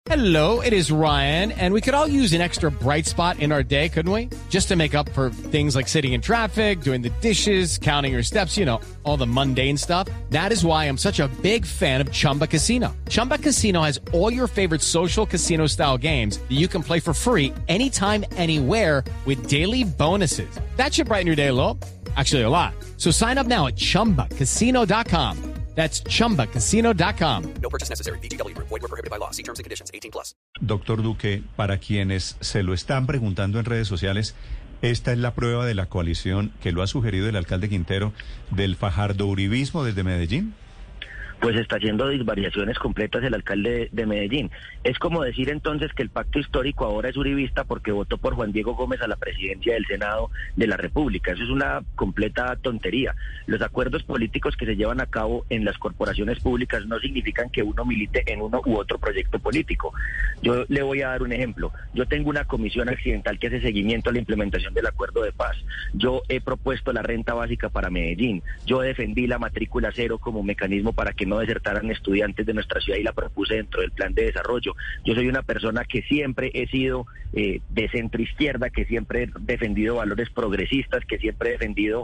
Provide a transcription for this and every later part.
Hello, it is Ryan, and we could all use an extra bright spot in our day, couldn't we? Just to make up for things like sitting in traffic, doing the dishes, counting your steps, you know, all the mundane stuff. That is why I'm such a big fan of Chumba Casino. Chumba Casino has all your favorite social casino-style games that you can play for free anytime, anywhere with daily bonuses. That should brighten your day a little. Actually, a lot. So sign up now at ChumbaCasino.com. That's ChumbaCasino.com. No purchase necessary. VGW Group. Void where prohibited by law. See terms and conditions. 18+. Doctor Duque, para quienes se lo están preguntando en redes sociales, esta es la prueba de la coalición que lo ha sugerido el alcalde Quintero del fajardo-uribismo desde Medellín. Pues está haciendo disvariaciones completas el alcalde de Medellín. Es como decir entonces que el pacto histórico ahora es uribista porque votó por Juan Diego Gómez a la presidencia del Senado de la República. Eso es una completa tontería. Los acuerdos políticos que se llevan a cabo en las corporaciones públicas no significan que uno milite en uno u otro proyecto político. Yo le voy a dar un ejemplo. Yo tengo una comisión accidental que hace seguimiento a la implementación del acuerdo de paz. Yo he propuesto la renta básica para Medellín. Yo defendí la matrícula cero como mecanismo para que no desertaran estudiantes de nuestra ciudad y la propuse dentro del plan de desarrollo. Yo soy una persona que siempre he sido de centro izquierda, que siempre he defendido valores progresistas, que siempre he defendido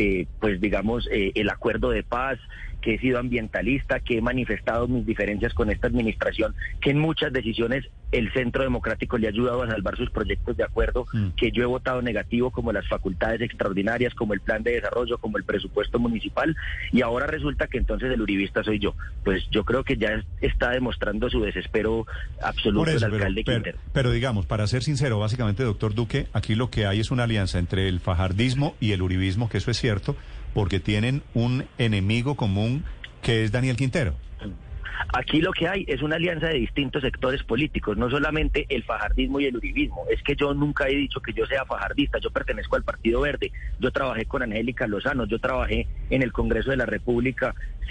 el acuerdo de paz, que he sido ambientalista, que he manifestado mis diferencias con esta administración, que en muchas decisiones el Centro Democrático le ha ayudado a salvar sus proyectos de acuerdo, que yo he votado negativo, como las facultades extraordinarias, como el plan de desarrollo, como el presupuesto municipal, y ahora resulta que entonces el uribista soy yo. Pues yo creo que ya está demostrando su desespero absoluto el alcalde Quintero. Pero digamos, para ser sincero, básicamente, doctor Duque, aquí lo que hay es una alianza entre el fajardismo y el uribismo, que eso es cierto, porque tienen un enemigo común que es Daniel Quintero. Aquí lo que hay es una alianza de distintos sectores políticos, no solamente el fajardismo y el uribismo. Es que yo nunca he dicho que yo sea fajardista, yo pertenezco al Partido Verde, yo trabajé con Angélica Lozano, yo trabajé en el Congreso de la República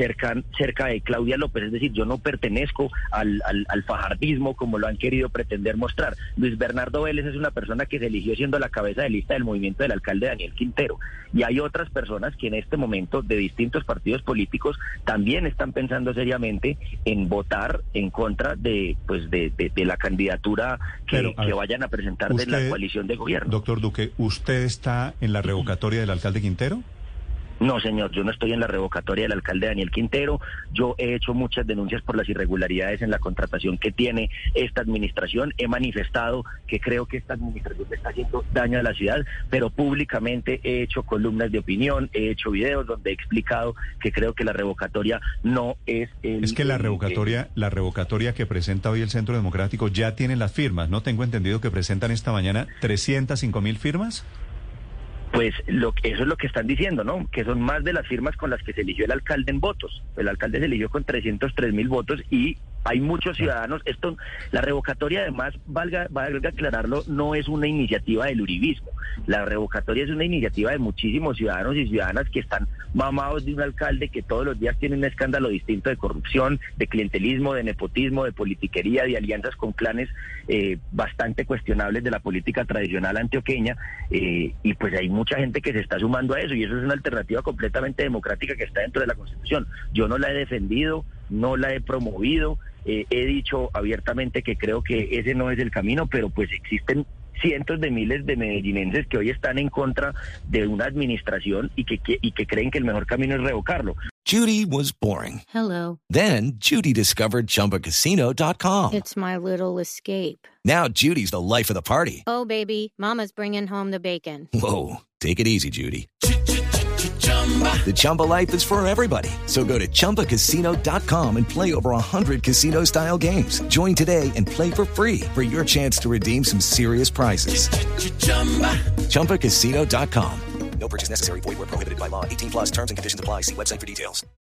cerca de Claudia López, es decir, yo no pertenezco al fajardismo como lo han querido pretender mostrar. Luis Bernardo Vélez es una persona que se eligió siendo la cabeza de lista del movimiento del alcalde Daniel Quintero, y hay otras personas que en este momento de distintos partidos políticos también están pensando seriamente en votar en contra de la candidatura que vayan a presentar de la coalición de gobierno. Doctor Duque, ¿usted está en la revocatoria del alcalde Quintero? No, señor, yo no estoy en la revocatoria del alcalde Daniel Quintero. Yo he hecho muchas denuncias por las irregularidades en la contratación que tiene esta administración. He manifestado que creo que esta administración le está haciendo daño a la ciudad, pero públicamente he hecho columnas de opinión, he hecho videos donde he explicado que creo que la revocatoria no es Es que la revocatoria que presenta hoy el Centro Democrático ya tiene las firmas, ¿no? Tengo entendido que presentan esta mañana 305.000 firmas. Pues eso es lo que están diciendo, ¿no? Que son más de las firmas con las que se eligió el alcalde en votos. El alcalde se eligió con 303.000 votos y hay muchos ciudadanos. La revocatoria, además, valga aclararlo, no es una iniciativa del uribismo. La revocatoria es una iniciativa de muchísimos ciudadanos y ciudadanas que están mamados de un alcalde que todos los días tiene un escándalo distinto de corrupción, de clientelismo, de nepotismo, de politiquería, de alianzas con clanes bastante cuestionables de la política tradicional antioqueña, y pues hay mucha gente que se está sumando a eso, y eso es una alternativa completamente democrática que está dentro de la Constitución. Yo no la he defendido, no la he promovido, he dicho abiertamente que creo que ese no es el camino, pero pues existen cientos de miles de medellinenses que hoy están en contra de una administración y que creen que el mejor camino es revocarlo. Judy was boring. Hello. Then Judy discovered ChumbaCasino.com. It's my little escape. Now Judy's the life of the party. Oh, baby, mama's bringing home the bacon. Whoa, take it easy, Judy. The Chumba life is for everybody. So go to ChumbaCasino.com and play over 100 casino-style games. Join today and play for free for your chance to redeem some serious prizes. ChumbaCasino.com. No purchase necessary. Void where prohibited by law. 18+. Terms and conditions apply. See website for details.